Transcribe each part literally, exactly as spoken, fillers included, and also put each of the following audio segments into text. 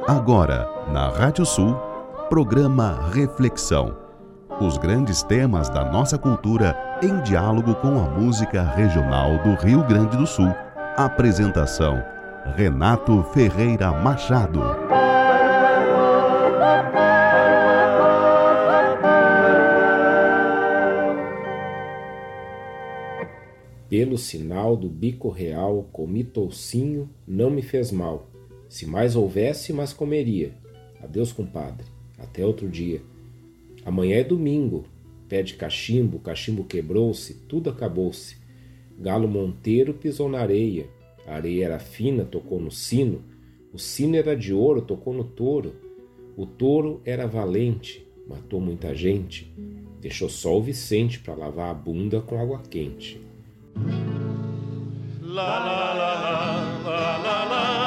Agora, na Rádio Sul, programa Reflexão. Os grandes temas da nossa cultura em diálogo com a música regional do Rio Grande do Sul. Apresentação: Renato Ferreira Machado. Pelo sinal do bico real, comi toucinho, não me fez mal. Se mais houvesse, mais comeria. Adeus, compadre. Até outro dia. Amanhã é domingo. Pé de cachimbo, cachimbo quebrou-se, tudo acabou-se. Galo monteiro pisou na areia. A areia era fina, tocou no sino. O sino era de ouro, tocou no touro. O touro era valente, matou muita gente. Deixou só o Vicente para lavar a bunda com água quente. La la la la la la la.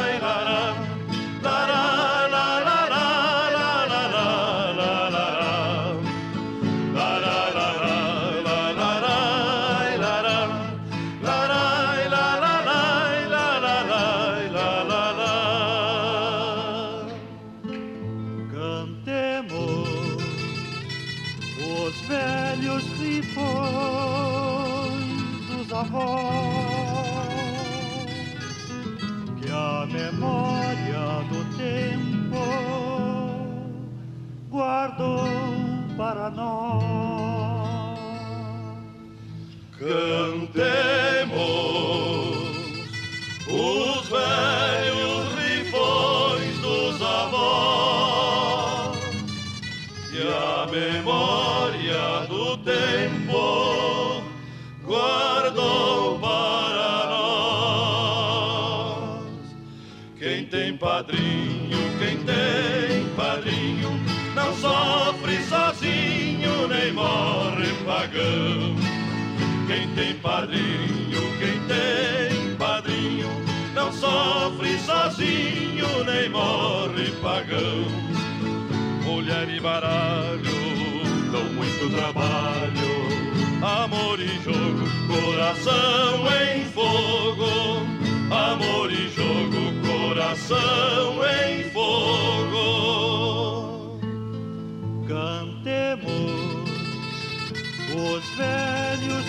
Que a memória do tempo guardou para nós. Cantemos os velhos rifões dos avós, que a memória do tempo guardou para nós. Quem tem padrinho, quem tem padrinho, não sofre sozinho, nem morre pagão. Quem tem padrinho, quem tem padrinho, não sofre sozinho, nem morre pagão. Mulher e baralho dão muito trabalho, amor e jogo, coração em fogo. Amor e jogo, coração em fogo. Cantemos os velhos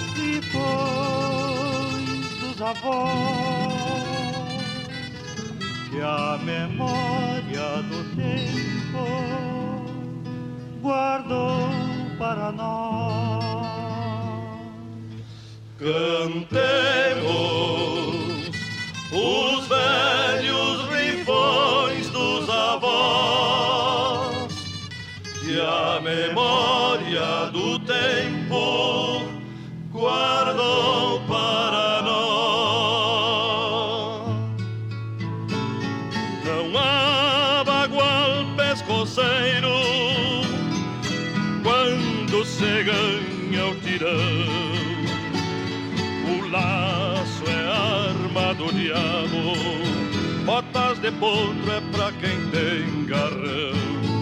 rifões dos avós, que a memória do tempo guardou para nós. Cantemos os velhos rifões dos avós, que a memória do tempo guardou para nós. Não há bagual pescoceiro quando se ganha o tirão. O laço é arma do diabo, botas de potro é pra quem tem garrão.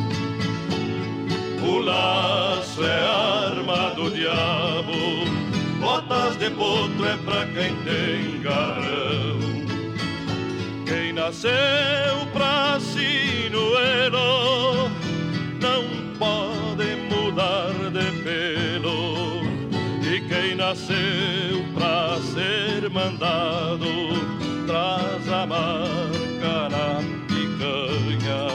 O laço é arma do diabo, botas de potro é pra quem tem garrão. Quem nasceu pra sinuelo não pode mudar de pelo. E quem nasceu pra ser mandado traz a marca na picanha.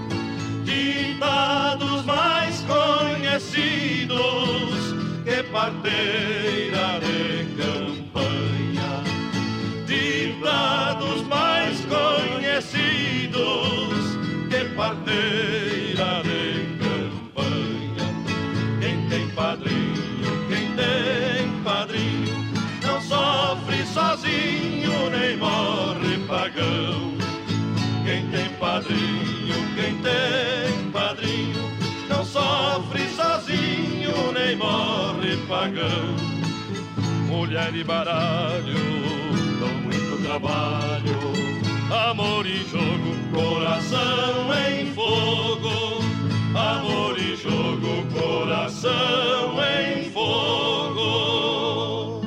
Ditados mais conhecidos que parteira de campanha. Ditados mais conhecidos que parteira de campanha. Quem tem padrinho, quem tem padrinho, não sofre sozinho, nem morre pagão. Quem tem padrinho, quem tem padrinho, não sofre sozinho, nem morre pagão. Mulher e baralho dão muito trabalho, amor e jogo, coração em fogo. Amor e jogo, coração em fogo.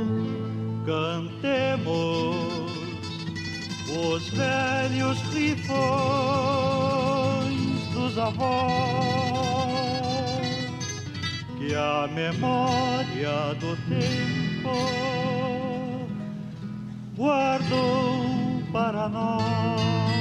Cantemos os velhos rifões dos avós, que a memória do tempo guardou para nós.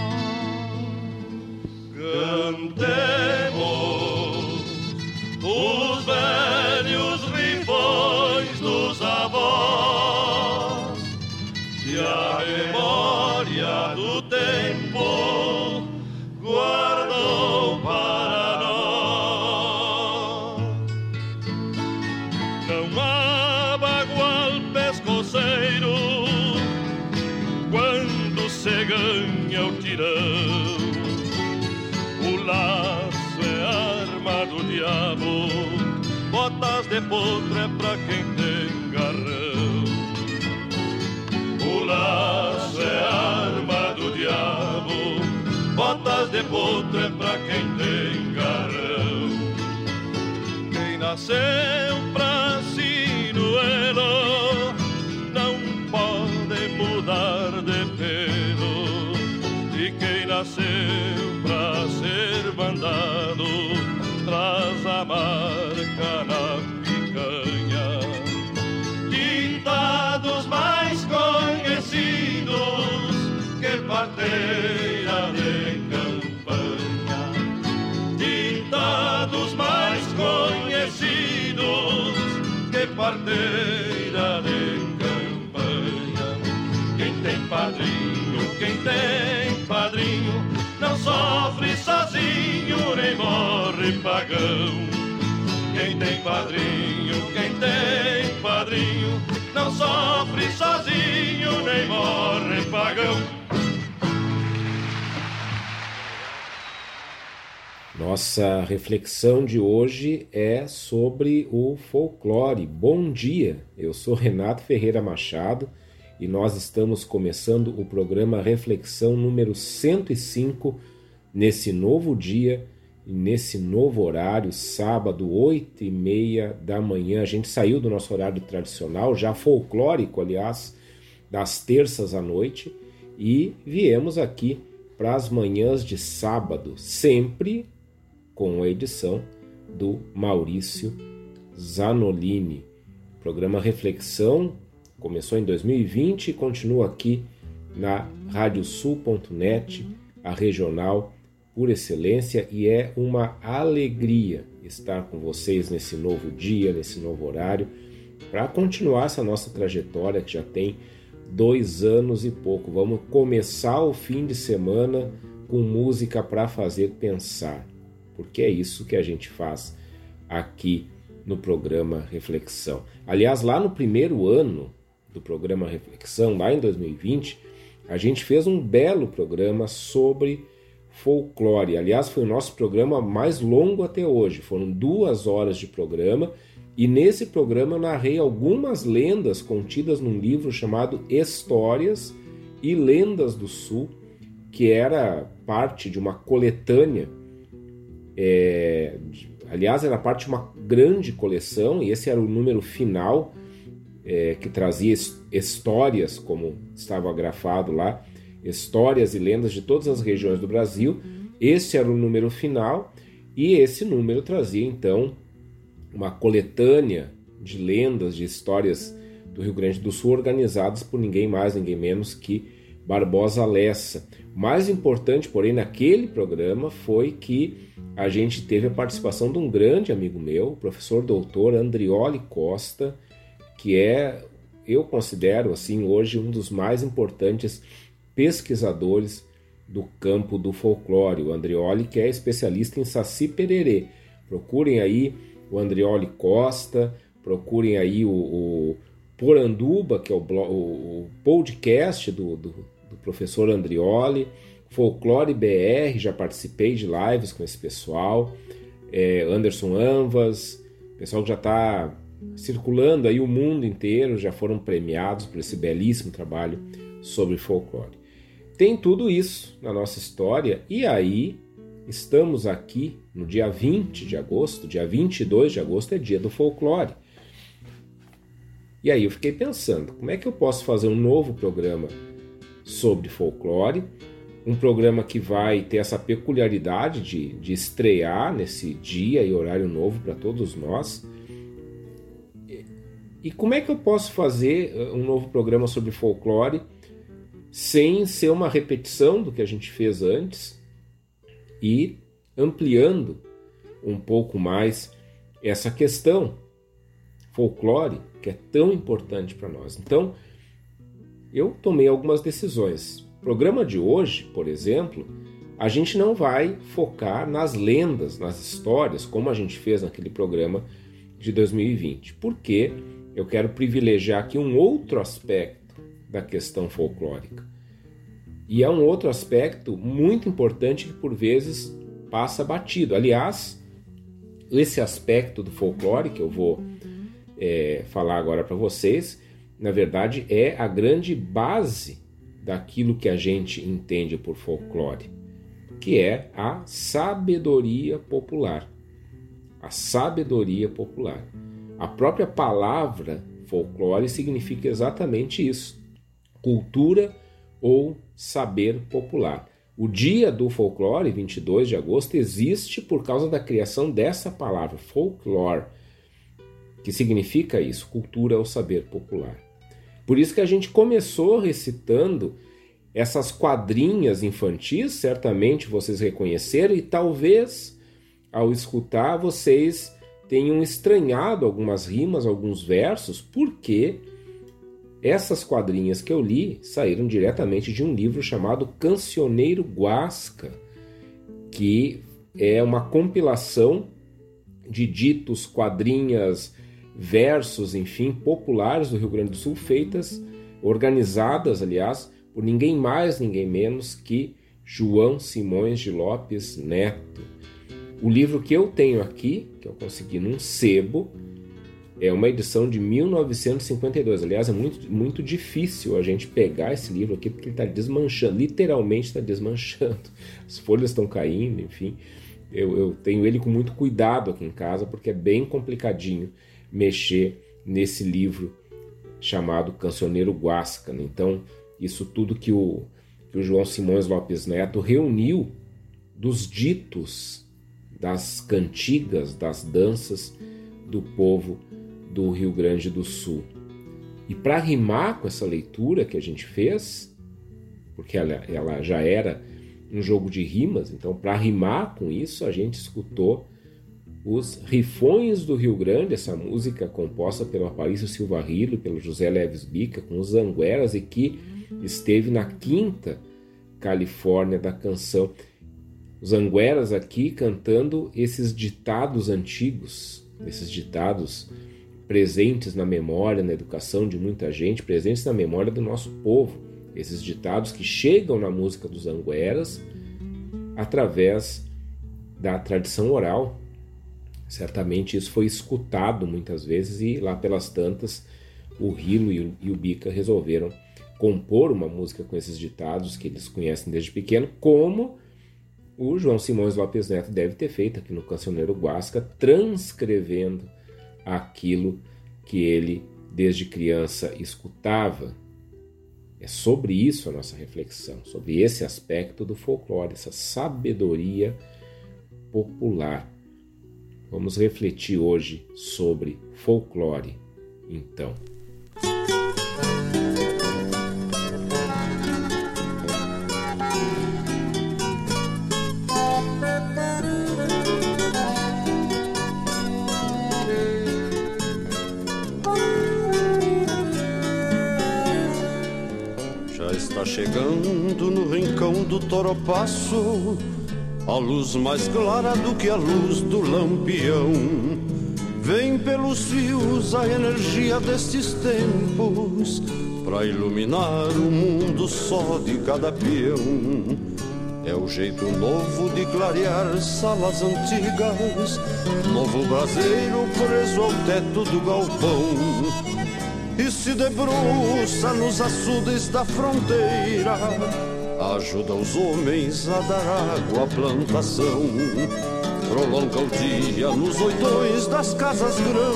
Cantemos os velhos rifões dos avós, que a memória do tempo guardou para nós. Não há bagual pescoceiro quando se ganha o tirão. O laço é arma do diabo, botas de potro é pra quem tem garrão. O laço é arma do diabo, botas de potro é pra quem tem garrão. Quem nasceu pra sinuelo não pode mudar de pelo, e quem nasceu pra ser bandado traz a marca na picanha. Ditados mais conhecidos que parteira de campanha, ditados mais conhecidos que parteira de campanha. Quem tem padrinho, quem tem padrinho, não sofre sozinho nem morre pagão. Quem tem padrinho, quem tem padrinho, não sofre sozinho nem morre pagão. Nossa reflexão de hoje é sobre o folclore. Bom dia, eu sou Renato Ferreira Machado e nós estamos começando o programa Reflexão número cento e cinco nesse novo dia e nesse novo horário, sábado, oito e meia da manhã. A gente saiu do nosso horário tradicional, já folclórico, aliás, das terças à noite, e viemos aqui para as manhãs de sábado, sempre com a edição do Maurício Zanolini. O programa Reflexão começou em dois mil e vinte e continua aqui na radiosul ponto net, a regional por excelência, e é uma alegria estar com vocês nesse novo dia, nesse novo horário, para continuar essa nossa trajetória que já tem dois anos e pouco. Vamos começar o fim de semana com música para fazer pensar, porque é isso que a gente faz aqui no programa Reflexão. Aliás, lá no primeiro ano do programa Reflexão, lá em dois mil e vinte, a gente fez um belo programa sobre folclore. Aliás, foi o nosso programa mais longo até hoje. Foram duas horas de programa, e nesse programa eu narrei algumas lendas contidas num livro chamado Histórias e Lendas do Sul, que era parte de uma coletânea. É, aliás, era parte de uma grande coleção, e esse era o número final, é, que trazia histórias, como estava grafado lá, histórias e lendas de todas as regiões do Brasil. Esse era o número final, e esse número trazia, então, uma coletânea de lendas, de histórias do Rio Grande do Sul, organizadas por ninguém mais, ninguém menos que Barbosa Lessa. O mais importante, porém, naquele programa foi que a gente teve a participação de um grande amigo meu, o professor doutor Andrioli Costa, que é, eu considero assim hoje, um dos mais importantes pesquisadores do campo do folclore. O Andrioli, que é especialista em Saci Pererê. Procurem aí o Andrioli Costa, procurem aí o, o Poranduba, que é o, o podcast do, do, do professor Andrioli, Folclore B R, já participei de lives com esse pessoal, é, Anderson Anvas, pessoal que já está circulando aí o mundo inteiro, já foram premiados por esse belíssimo trabalho sobre folclore. Tem tudo isso na nossa história, e aí estamos aqui no dia vinte de agosto, dia vinte e dois de agosto é dia do folclore. E aí eu fiquei pensando, como é que eu posso fazer um novo programa sobre folclore um programa que vai ter essa peculiaridade de, de estrear nesse dia e horário novo para todos nós. E como é que eu posso fazer um novo programa sobre folclore sem ser uma repetição do que a gente fez antes e ampliando um pouco mais essa questão folclore que é tão importante para nós? Então, eu tomei algumas decisões. O programa de hoje, por exemplo, a gente não vai focar nas lendas, nas histórias, como a gente fez naquele programa de dois mil e vinte, porque eu quero privilegiar aqui um outro aspecto da questão folclórica. E é um outro aspecto muito importante que, por vezes, passa batido. Aliás, esse aspecto do folclore que eu vou é, falar agora para vocês, na verdade, é a grande base daquilo que a gente entende por folclore, que é a sabedoria popular. A sabedoria popular. A própria palavra folclore significa exatamente isso: cultura ou saber popular. O Dia do Folclore, vinte e dois de agosto, existe por causa da criação dessa palavra, folclore, que significa isso, cultura ou saber popular. Por isso que a gente começou recitando essas quadrinhas infantis, certamente vocês reconheceram, e talvez, ao escutar, vocês tenham estranhado algumas rimas, alguns versos, porque essas quadrinhas que eu li saíram diretamente de um livro chamado Cancioneiro Guasca, que é uma compilação de ditos, quadrinhas, versos, enfim, populares do Rio Grande do Sul, feitas, organizadas, aliás, por ninguém mais, ninguém menos que João Simões de Lopes Neto. O livro que eu tenho aqui, que eu consegui num sebo, é uma edição de mil novecentos e cinquenta e dois. Aliás, é muito, muito difícil a gente pegar esse livro aqui, porque ele está desmanchando, literalmente está desmanchando. As folhas estão caindo, enfim. Eu, eu tenho ele com muito cuidado aqui em casa, porque é bem complicadinho mexer nesse livro chamado Cancioneiro Guasca. Então, isso tudo que o, que o João Simões Lopes Neto reuniu dos ditos, das cantigas, das danças do povo do Rio Grande do Sul. E para rimar com essa leitura que a gente fez, porque ela, ela já era um jogo de rimas, então para rimar com isso a gente escutou os Rifões do Rio Grande, essa música composta pelo Aparício Silva Rilo e pelo José Leves Bica, com os Angueras, e que esteve na quinta Califórnia da canção. Os Angueras aqui cantando esses ditados antigos, esses ditados presentes na memória, na educação de muita gente, presentes na memória do nosso povo. Esses ditados que chegam na música dos Angueras através da tradição oral. Certamente isso foi escutado muitas vezes e lá pelas tantas o Rilo e o, e o Bica resolveram compor uma música com esses ditados que eles conhecem desde pequeno, como o João Simões Lopes Neto deve ter feito aqui no Cancioneiro Guasca, transcrevendo aquilo que ele desde criança escutava. É sobre isso a nossa reflexão, sobre esse aspecto do folclore, essa sabedoria popular. Vamos refletir hoje sobre folclore, então. Já está chegando no rincão do Toropaço a luz mais clara do que a luz do lampião. Vem pelos fios a energia destes tempos pra iluminar o mundo só de cada peão. É o jeito novo de clarear salas antigas, novo braseiro preso ao teto do galpão. E se debruça nos açudes da fronteira, ajuda os homens a dar água à plantação. Prolonga o dia nos oitões das casas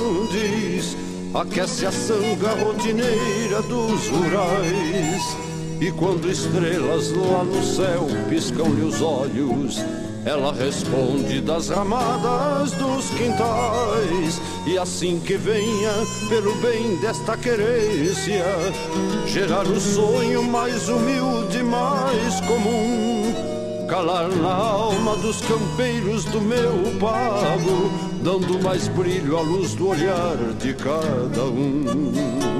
grandes, aquece a sanga rotineira dos rurais. E quando estrelas lá no céu piscam-lhe os olhos, ela responde das ramadas dos quintais. E assim que venha, pelo bem desta querência, gerar o sonho mais humilde, mais comum, calar na alma dos campeiros do meu pago, dando mais brilho à luz do olhar de cada um.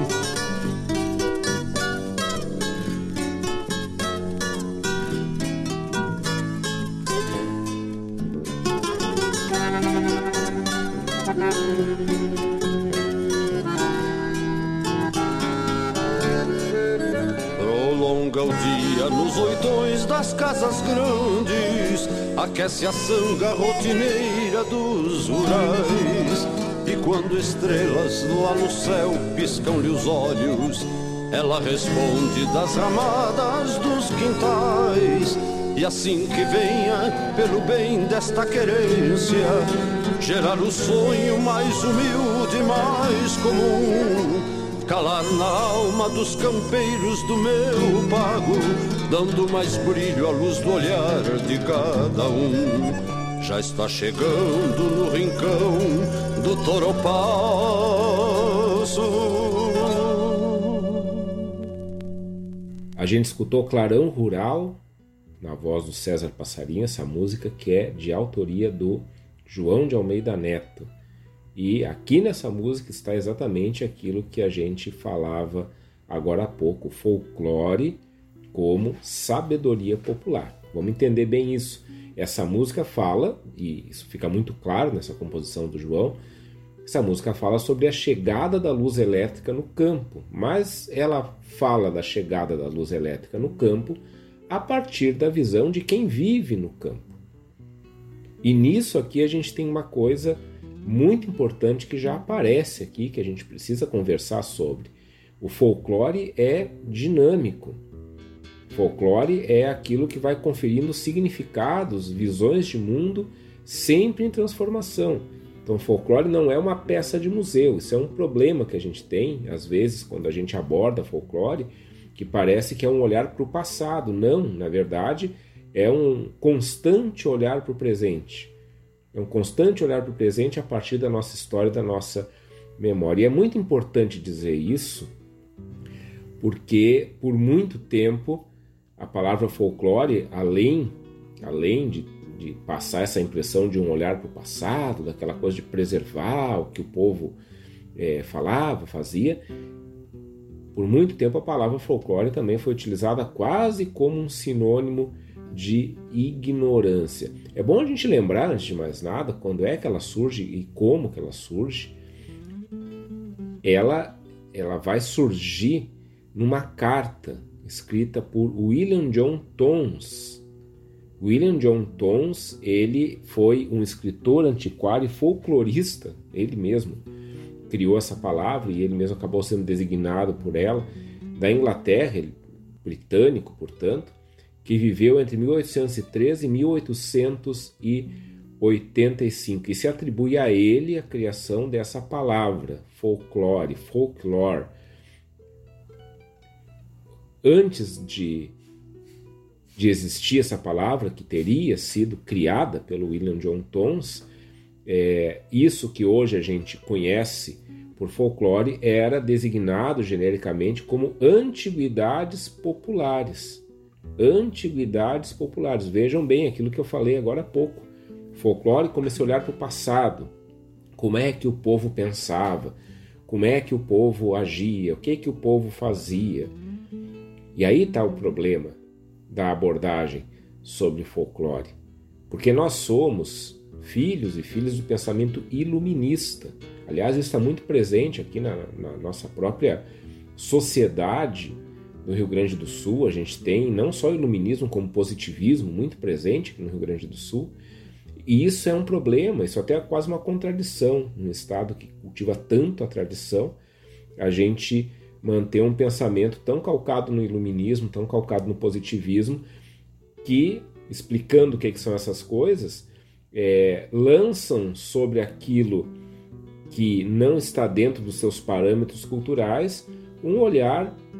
Prolonga o dia nos oitões das casas grandes, aquece a sanga rotineira dos rurais. E quando estrelas lá no céu piscam-lhe os olhos, ela responde das ramadas dos quintais. E assim que venha, pelo bem desta querência, gerar o sonho mais humilde, mais comum, calar na alma dos campeiros do meu pago, dando mais brilho à luz do olhar de cada um. Já está chegando no rincão do Toropaço. A gente escutou Clarão Rural, na voz do César Passarinho, essa música que é de autoria do João de Almeida Neto. E aqui nessa música está exatamente aquilo que a gente falava agora há pouco, folclore como sabedoria popular. Vamos entender bem isso. Essa música fala, e isso fica muito claro nessa composição do João, essa música fala sobre a chegada da luz elétrica no campo, mas ela fala da chegada da luz elétrica no campo a partir da visão de quem vive no campo. E nisso aqui a gente tem uma coisa muito importante que já aparece aqui, que a gente precisa conversar sobre. O folclore é dinâmico. Folclore é aquilo que vai conferindo significados, visões de mundo, sempre em transformação. Então, folclore não é uma peça de museu. Isso é um problema que a gente tem, às vezes, quando a gente aborda folclore, que parece que é um olhar para o passado. Não, na verdade, é um constante olhar para o presente. É um constante olhar para o presente a partir da nossa história, da nossa memória. E é muito importante dizer isso, porque por muito tempo a palavra folclore, além, além de, de passar essa impressão de um olhar para o passado, daquela coisa de preservar o que o povo é, falava, fazia, por muito tempo a palavra folclore também foi utilizada quase como um sinônimo de ignorância. É bom a gente lembrar, antes de mais nada, quando é que ela surge e como que ela surge. Ela, ela vai surgir numa carta escrita por William John Tons. William John Tons, ele foi um escritor, antiquário e folclorista, ele mesmo criou essa palavra e ele mesmo acabou sendo designado por ela, da Inglaterra, ele, britânico, portanto, que viveu entre mil oitocentos e treze e mil oitocentos e oitenta e cinco, e se atribui a ele a criação dessa palavra, folclore, folklore. Antes de, de existir essa palavra, que teria sido criada pelo William John Tons, é, isso que hoje a gente conhece por folclore era designado genericamente como antiguidades populares. Antiguidades populares. Vejam bem aquilo que eu falei agora há pouco. Folclore como esse olhar para o passado. Como é que o povo pensava? Como é que o povo agia? O que é que o povo fazia? E aí está o problema da abordagem sobre folclore. Porque nós somos filhos e filhas do pensamento iluminista. Aliás, isso está muito presente aqui na, na nossa própria sociedade no Rio Grande do Sul. A gente tem não só iluminismo, como positivismo muito presente aqui no Rio Grande do Sul. E isso é um problema, isso até é quase uma contradição. Num estado que cultiva tanto a tradição, a gente manter um pensamento tão calcado no iluminismo, tão calcado no positivismo, que, explicando o que, que são essas coisas, é, lançam sobre aquilo que não está dentro dos seus parâmetros culturais um olhar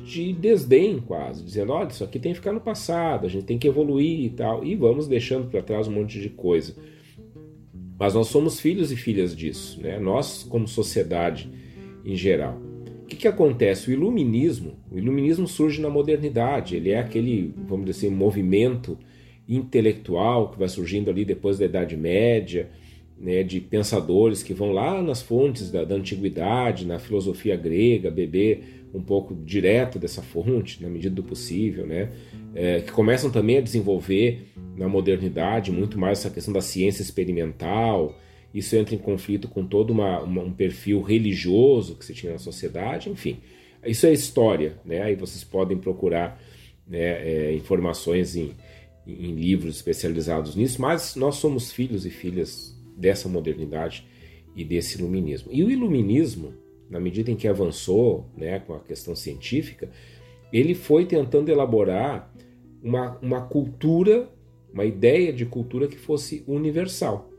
de desdém quase, dizendo, olha, isso aqui tem que ficar no passado, a gente tem que evoluir e tal, e vamos deixando para trás um monte de coisa. Mas nós somos filhos e filhas disso, né? Nós como sociedade em geral. O que, que acontece? O iluminismo, o iluminismo surge na modernidade, ele é aquele, vamos dizer assim, movimento intelectual que vai surgindo ali depois da Idade Média, né, de pensadores que vão lá nas fontes da, da antiguidade, na filosofia grega, beber um pouco direto dessa fonte, na medida do possível, né, é, que começam também a desenvolver na modernidade muito mais essa questão da ciência experimental. Isso entra em conflito com todo uma, uma, um perfil religioso que se tinha na sociedade, enfim. Isso é história, né, aí vocês podem procurar, né, é, informações em, em livros especializados nisso, mas nós somos filhos e filhas dessa modernidade e desse iluminismo. E o iluminismo, na medida em que avançou, né, com a questão científica, ele foi tentando elaborar uma, uma cultura, uma ideia de cultura que fosse universal.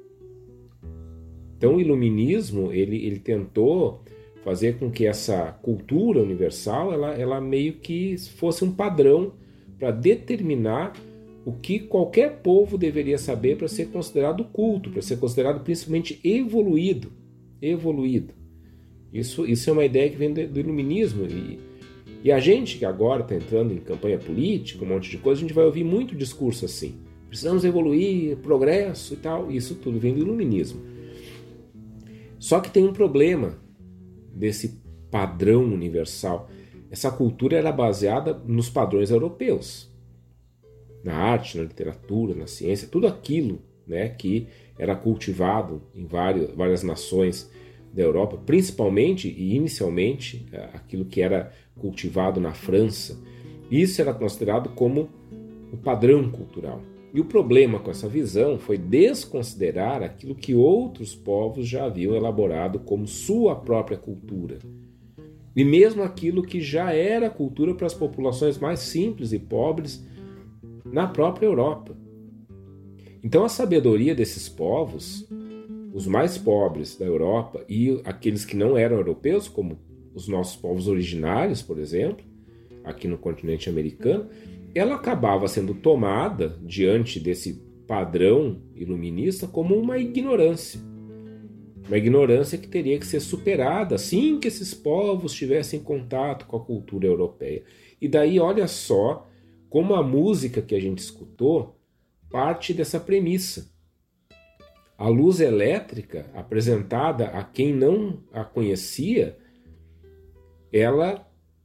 Então o iluminismo, ele, ele tentou fazer com que essa cultura universal, ela, ela meio que fosse um padrão para determinar o que qualquer povo deveria saber para ser considerado culto, para ser considerado principalmente evoluído. Evoluído. Isso, isso é uma ideia que vem do, do iluminismo. E, e a gente que agora está entrando em campanha política, um monte de coisa, a gente vai ouvir muito discurso assim. Precisamos evoluir, progresso e tal. Isso tudo vem do iluminismo. Só que tem um problema desse padrão universal. Essa cultura era baseada nos padrões europeus. Na arte, na literatura, na ciência, tudo aquilo, né, que era cultivado em várias, várias nações da Europa, principalmente e inicialmente aquilo que era cultivado na França. Isso era considerado como o padrão cultural. E o problema com essa visão foi desconsiderar aquilo que outros povos já haviam elaborado como sua própria cultura. E mesmo aquilo que já era cultura para as populações mais simples e pobres na própria Europa. Então a sabedoria desses povos, os mais pobres da Europa e aqueles que não eram europeus, como os nossos povos originários, por exemplo, aqui no continente americano, ela acabava sendo tomada diante desse padrão iluminista como uma ignorância. Uma ignorância que teria que ser superada assim que esses povos tivessem contato com a cultura europeia. E daí olha só como a música que a gente escutou parte dessa premissa. A luz elétrica apresentada a quem não a conhecia, ela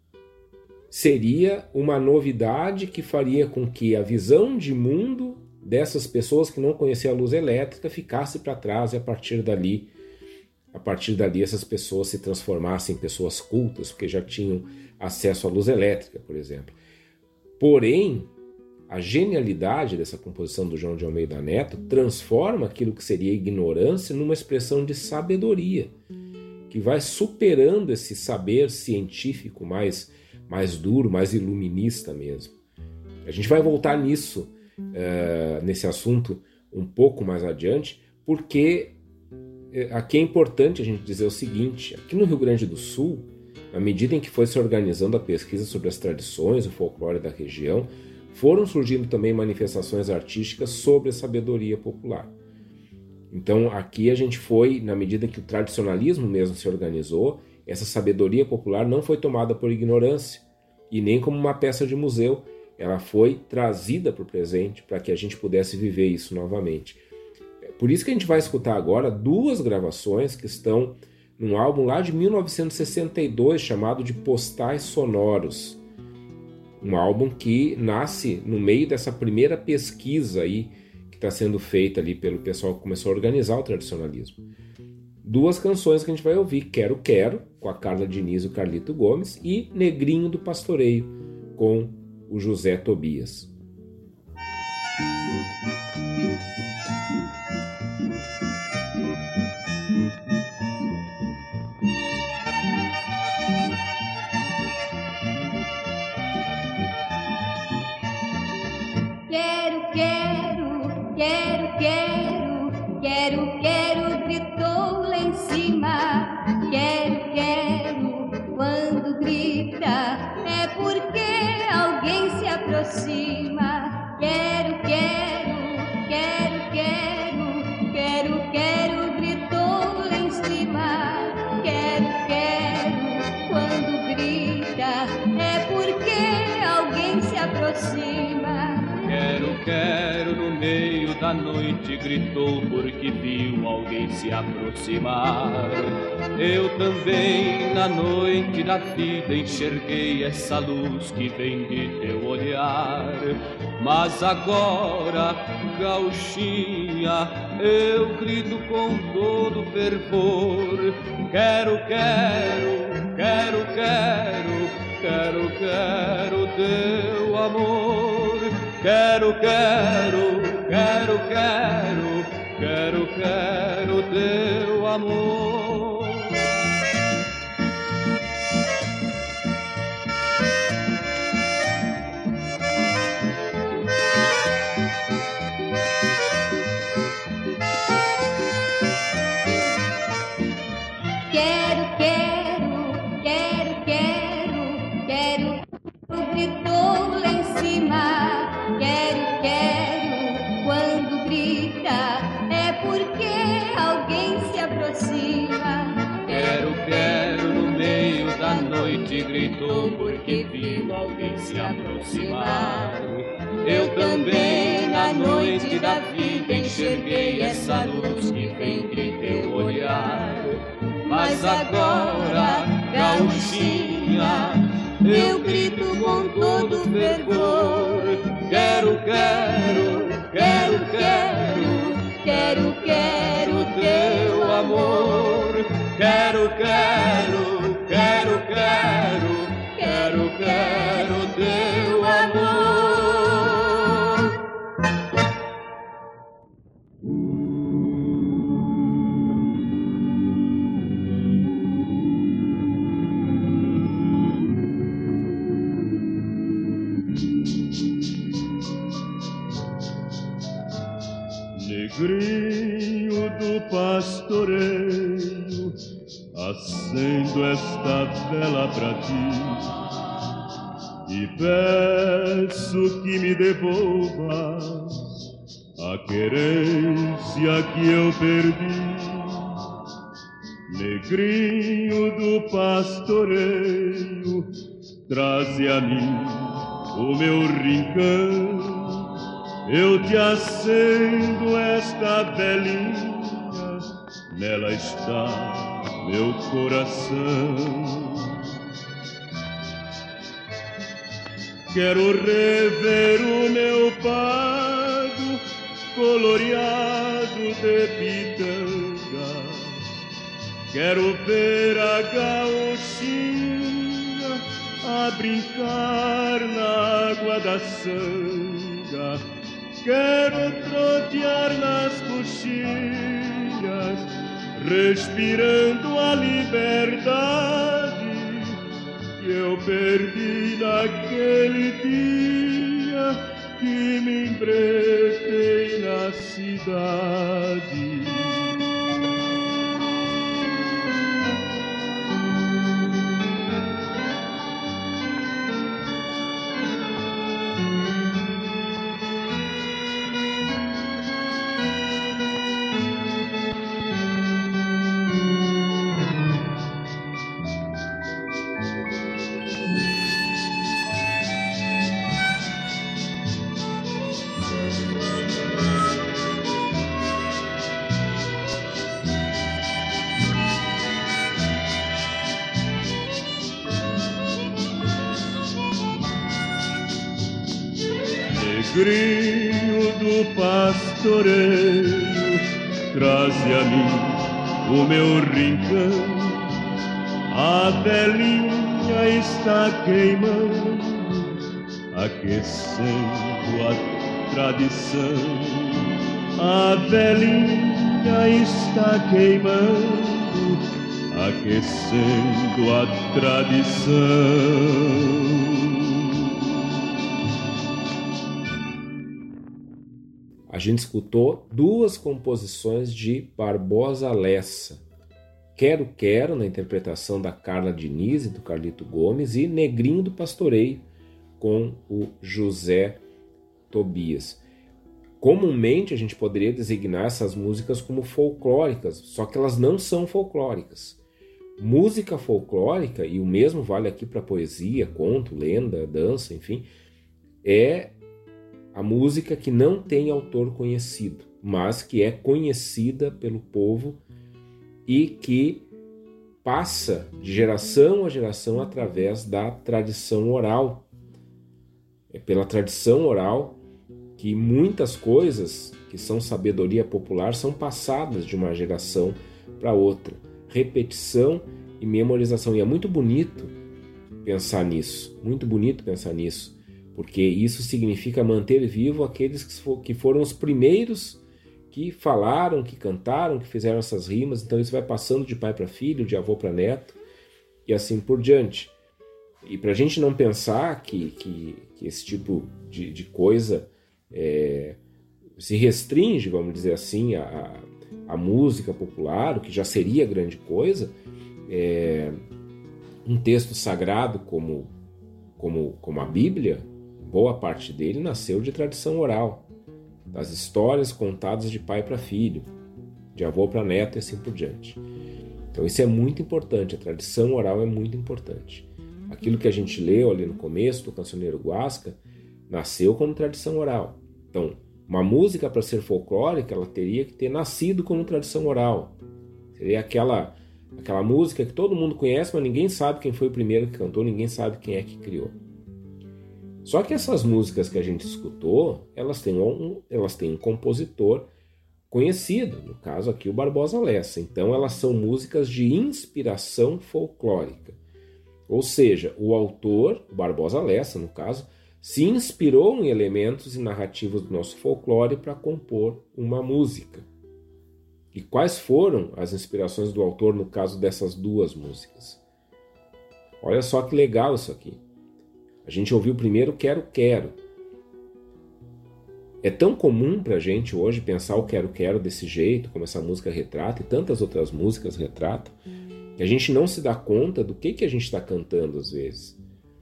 seria uma novidade que faria com que a visão de mundo dessas pessoas que não conheciam a luz elétrica ficasse para trás e a partir dali, a partir dali essas pessoas se transformassem em pessoas cultas, porque já tinham acesso à luz elétrica, por exemplo. Porém, a genialidade dessa composição do João de Almeida Neto transforma aquilo que seria ignorância numa expressão de sabedoria, que vai superando esse saber científico mais, mais duro, mais iluminista mesmo. A gente vai voltar nisso, uh, nesse assunto um pouco mais adiante, porque aqui é importante a gente dizer o seguinte: aqui no Rio Grande do Sul, à medida em que foi se organizando a pesquisa sobre as tradições, o folclore da região, foram surgindo também manifestações artísticas sobre a sabedoria popular. Então aqui a gente foi, na medida que o tradicionalismo mesmo se organizou, essa sabedoria popular não foi tomada por ignorância e nem como uma peça de museu, ela foi trazida para o presente para que a gente pudesse viver isso novamente. Por isso que a gente vai escutar agora duas gravações que estão num álbum lá de mil novecentos e sessenta e dois chamado de Postais Sonoros. Um álbum que nasce no meio dessa primeira pesquisa aí que está sendo feita ali pelo pessoal que começou a organizar o tradicionalismo. Duas canções que a gente vai ouvir: Quero Quero, com a Carla Diniz e o Carlito Gomes, e Negrinho do Pastoreio, com o José Tobias. Quero, quero, quero, quero, quero, quero, gritou lá em cima. Quero, quero, quando grita, é porque aproxima. Quero, quero, quero, quero, quero, quero, gritou lá em cima. Quero, quero, quando grita é porque alguém se aproxima. Quero, quero, no meio da noite gritou porque viu alguém se aproximar. Eu também na noite da vida enxerguei essa luz que vem de teu olhar. Mas agora, gauchinha, eu grito com todo fervor. Quero, quero, quero, quero, quero, quero teu amor. Quero, quero, quero, quero, quero, quero teu amor. Quero, quero, quero, quero, quero, gritou lá em cima. Quero, quero, quando grita é porque alguém se aproxima. Quero, quero, no meio da noite gritou porque viu alguém se aproximar. Eu também na noite da vida enxerguei essa luz que vem de teu olhar. Mas agora, gauchinha, eu grito com todo fervor. Quero, quero, quero, quero, quero, quero teu amor. Quero, quero, quero, quero, quero, quero teu amor. Negrinho do pastoreio, acendo esta vela pra ti e peço que me devolvas a querência que eu perdi. Negrinho do pastoreio, traze a mim o meu rincão. Eu te acendo esta velinha, nela está meu coração. Quero rever o meu pago coloreado de pitanga. Quero ver a gauchinha a brincar na água da sanga. Quero trotear nas coxilhas, respirando a liberdade que eu perdi naquele dia que me embretei na cidade. Negrinho do pastoreio, traze a mim o meu rincão. A velinha está queimando, aquecendo a tradição. A velinha está queimando, aquecendo a tradição. A gente escutou duas composições de Barbosa Lessa. Quero Quero, na interpretação da Carla Diniz e do Carlito Gomes, e Negrinho do Pastoreio, com o José Tobias. Comumente a gente poderia designar essas músicas como folclóricas, só que elas não são folclóricas. Música folclórica, e o mesmo vale aqui para poesia, conto, lenda, dança, enfim, é a música que não tem autor conhecido, mas que é conhecida pelo povo e que passa de geração a geração através da tradição oral. É pela tradição oral que muitas coisas que são sabedoria popular são passadas de uma geração para outra. Repetição e memorização. E é muito bonito pensar nisso, muito bonito pensar nisso, porque isso significa manter vivo aqueles que foram os primeiros que falaram, que cantaram, que fizeram essas rimas. Então isso vai passando de pai para filho, de avô para neto e assim por diante. E para a gente não pensar que, que, que esse tipo de, de coisa é, se restringe, vamos dizer assim, a, a música popular, o que já seria grande coisa, é, um texto sagrado como, como, como a Bíblia, boa parte dele nasceu de tradição oral, das histórias contadas de pai para filho, de avô para neto e assim por diante. Então isso é muito importante, a tradição oral é muito importante. Aquilo que a gente leu ali no começo do Cancioneiro Guasca nasceu como tradição oral. Então, uma música, para ser folclórica, ela teria que ter nascido como tradição oral. Seria aquela, aquela música que todo mundo conhece, mas ninguém sabe quem foi o primeiro que cantou, ninguém sabe quem é que criou. Só que essas músicas que a gente escutou, elas têm um, elas têm um compositor conhecido, no caso aqui o Barbosa Lessa. Então elas são músicas de inspiração folclórica. Ou seja, o autor, o Barbosa Lessa no caso, se inspirou em elementos e narrativas do nosso folclore para compor uma música. E quais foram as inspirações do autor no caso dessas duas músicas? Olha só que legal isso aqui. A gente ouviu primeiro Quero Quero. É tão comum para a gente hoje pensar o Quero Quero desse jeito, como essa música retrata e tantas outras músicas retratam, que a gente não se dá conta do que, que a gente está cantando às vezes.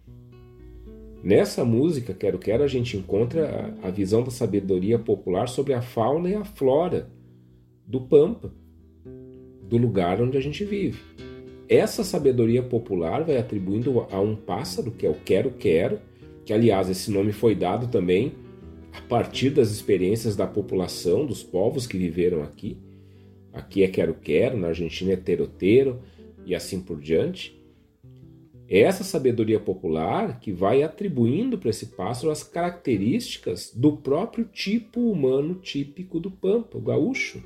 Nessa música, Quero Quero, a gente encontra a visão da sabedoria popular sobre a fauna e a flora do Pampa, do lugar onde a gente vive. Essa sabedoria popular vai atribuindo a um pássaro, que é o Quero Quero, que aliás esse nome foi dado também a partir das experiências da população, dos povos que viveram aqui. Aqui é Quero Quero, na Argentina é Terotero e assim por diante. É essa sabedoria popular que vai atribuindo para esse pássaro as características do próprio tipo humano típico do Pampa, o gaúcho.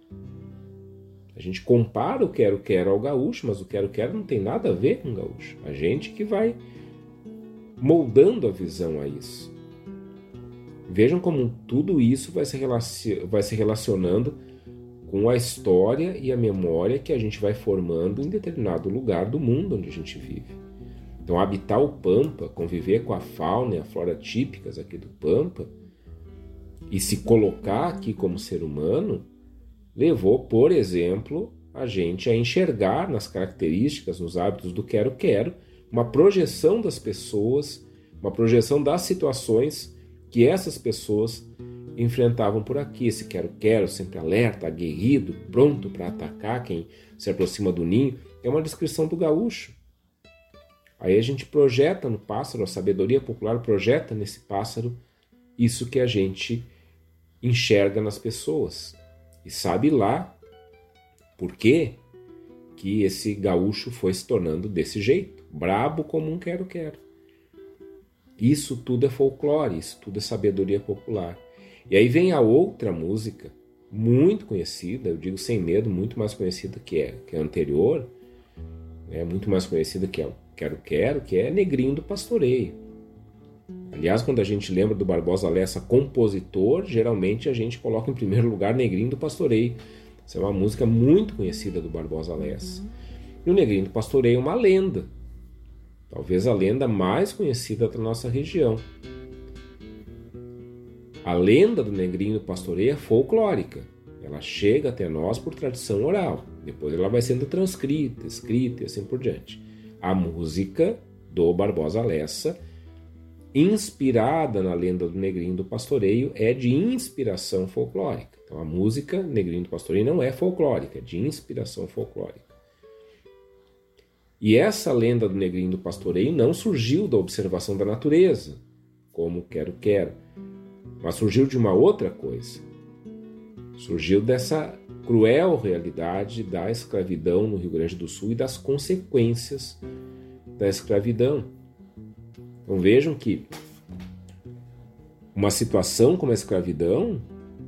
A gente compara o Quero Quero ao gaúcho, mas o Quero Quero não tem nada a ver com o gaúcho. A gente que vai moldando a visão a isso. Vejam como tudo isso vai se, relacion... vai se relacionando com a história e a memória que a gente vai formando em determinado lugar do mundo onde a gente vive. Então, habitar o Pampa, conviver com a fauna e a flora típicas aqui do Pampa e se colocar aqui como ser humano, levou, por exemplo, a gente a enxergar nas características, nos hábitos do Quero Quero, uma projeção das pessoas, uma projeção das situações que essas pessoas enfrentavam por aqui. Esse Quero Quero, sempre alerta, aguerrido, pronto para atacar quem se aproxima do ninho, é uma descrição do gaúcho. Aí a gente projeta no pássaro, a sabedoria popular projeta nesse pássaro isso que a gente enxerga nas pessoas. E sabe lá por quê que esse gaúcho foi se tornando desse jeito, brabo como um Quero Quero. Isso tudo é folclore, isso tudo é sabedoria popular. E aí vem a outra música, muito conhecida, eu digo sem medo, muito mais conhecida que, é, que a anterior, é muito mais conhecida que a Quero Quero, que é Negrinho do Pastoreio. Aliás, quando a gente lembra do Barbosa Lessa compositor, geralmente a gente coloca em primeiro lugar Negrinho do Pastoreio. Essa é uma música muito conhecida do Barbosa Lessa. E o Negrinho do Pastoreio é uma lenda, talvez a lenda mais conhecida da nossa região. A lenda do Negrinho do Pastoreio é folclórica. Ela chega até nós por tradição oral. Depois ela vai sendo transcrita, escrita e assim por diante. A música do Barbosa Lessa inspirada na lenda do Negrinho do Pastoreio, é de inspiração folclórica. Então a música Negrinho do Pastoreio não é folclórica, é de inspiração folclórica. E essa lenda do Negrinho do Pastoreio não surgiu da observação da natureza, como Quero Quero, mas surgiu de uma outra coisa. Surgiu dessa cruel realidade da escravidão no Rio Grande do Sul e das consequências da escravidão. Então vejam que uma situação como a escravidão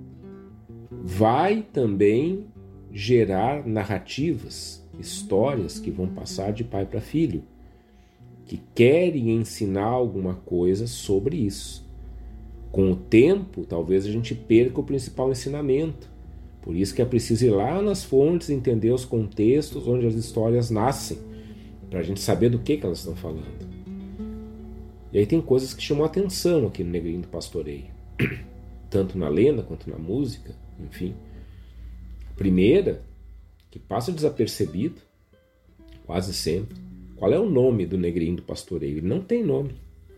vai também gerar narrativas, histórias que vão passar de pai para filho, que querem ensinar alguma coisa sobre isso. Com o tempo, talvez a gente perca o principal ensinamento. Por isso que é preciso ir lá nas fontes, entender os contextos onde as histórias nascem, para a gente saber do que, que elas estão falando. E aí tem coisas que chamam a atenção aqui no Negrinho do Pastoreio, tanto na lenda quanto na música, enfim. A primeira, que passa desapercebido, quase sempre, qual é o nome do Negrinho do Pastoreio? Ele não tem nome.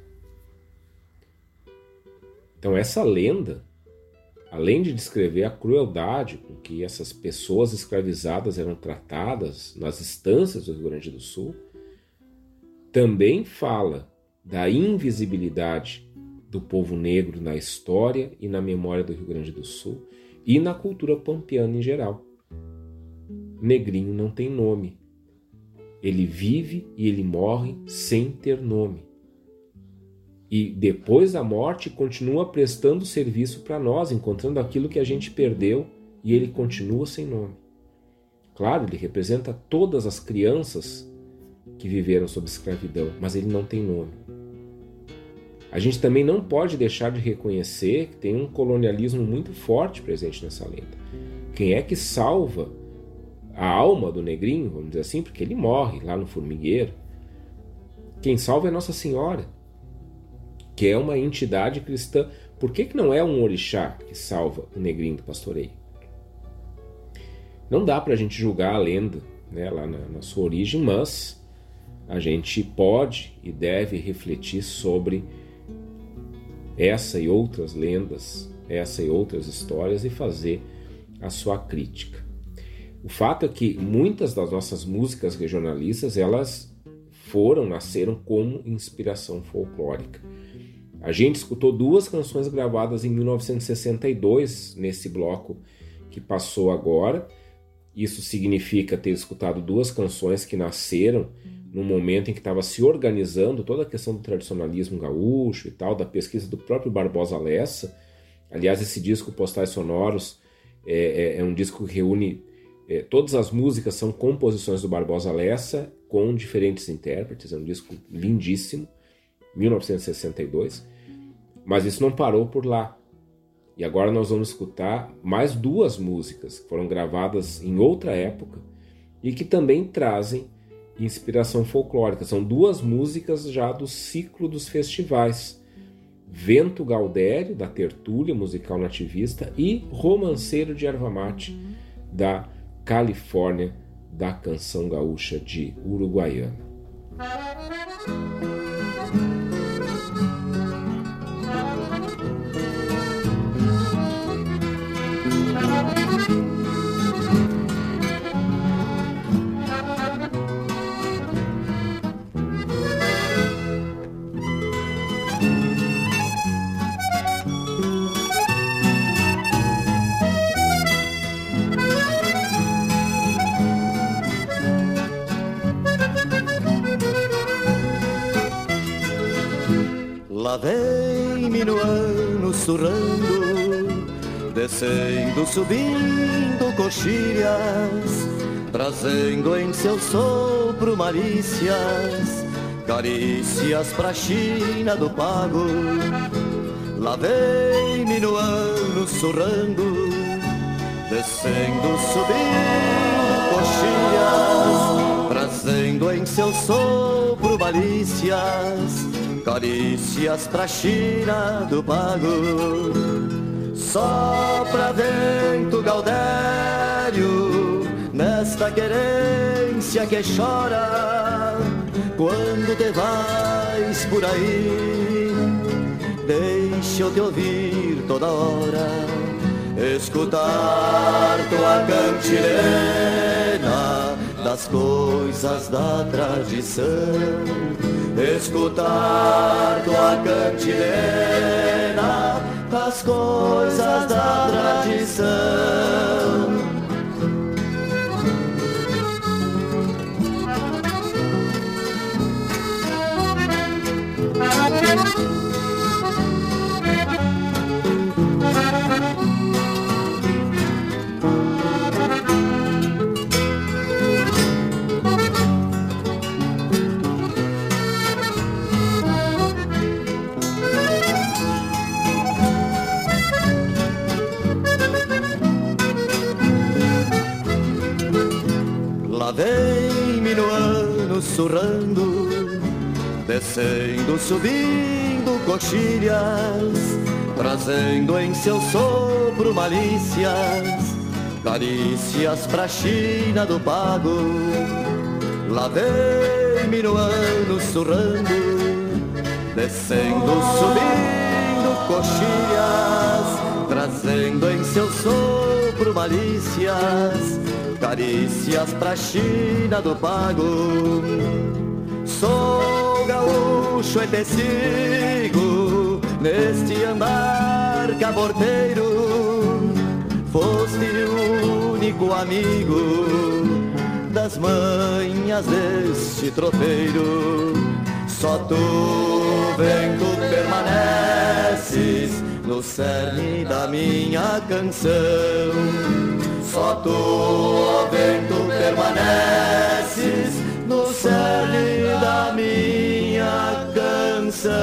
Então essa lenda, além de descrever a crueldade com que essas pessoas escravizadas eram tratadas nas estâncias do Rio Grande do Sul, também fala da invisibilidade do povo negro na história e na memória do Rio Grande do Sul e na cultura pampeana em geral. Negrinho não tem nome. Ele vive e ele morre sem ter nome. E depois da morte continua prestando serviço para nós, encontrando aquilo que a gente perdeu, e ele continua sem nome. Claro, ele representa todas as crianças que viveram sob escravidão, mas ele não tem nome. A gente também não pode deixar de reconhecer que tem um colonialismo muito forte presente nessa lenda. Quem é que salva a alma do Negrinho, vamos dizer assim, porque ele morre lá no formigueiro? Quem salva é Nossa Senhora, que é uma entidade cristã. Por que que não é um orixá que salva o Negrinho do Pastoreio? Não dá para a gente julgar a lenda, né, lá na, na sua origem, mas a gente pode e deve refletir sobre essa e outras lendas, essa e outras histórias e fazer a sua crítica. O fato é que muitas das nossas músicas regionalistas, elas foram, nasceram como inspiração folclórica. A gente escutou duas canções gravadas em mil novecentos e sessenta e dois nesse bloco que passou agora. Isso significa ter escutado duas canções que nasceram no momento em que estava se organizando toda a questão do tradicionalismo gaúcho e tal, da pesquisa do próprio Barbosa Lessa. Aliás, esse disco Postais Sonoros é, é, é um disco que reúne... É, todas as músicas são composições do Barbosa Lessa com diferentes intérpretes. É um disco lindíssimo, mil novecentos e sessenta e dois. Mas isso não parou por lá. E agora nós vamos escutar mais duas músicas que foram gravadas em outra época e que também trazem inspiração folclórica. São duas músicas já do ciclo dos festivais: Vento Gaudério, da Tertúlia Musical Nativista, e Romanceiro de Erva Mate, da Califórnia, da Canção Gaúcha de Uruguaiana. Lá vem-me no ano surrando, descendo, subindo coxilhas, trazendo em seu sopro malícias, carícias pra China do pago. Lá vem-me no ano surrando, descendo, subindo coxilhas, trazendo em seu sopro malícias, carícias pra China do pago. Sopra vento gaudério nesta querência que chora quando te vais por aí. deixa eu te ouvir toda hora, escutar tua cantilena das coisas da tradição, escutar tua cantilena das coisas da tradição. Lá vem-me no ano surrando, descendo, subindo coxilhas, trazendo em seu sopro malícias, carícias pra China do pago. Lá vem-me no ano surrando, descendo, subindo coxilhas, trazendo em seu sopro malícias, carícias pra China do pago. Sou gaúcho e te sigo neste andar caborteiro, foste o único amigo das manhas deste tropeiro. Só tu, vento, permaneces no cerne da minha canção. Só tu, ó vento, permaneces no cerne da minha canção.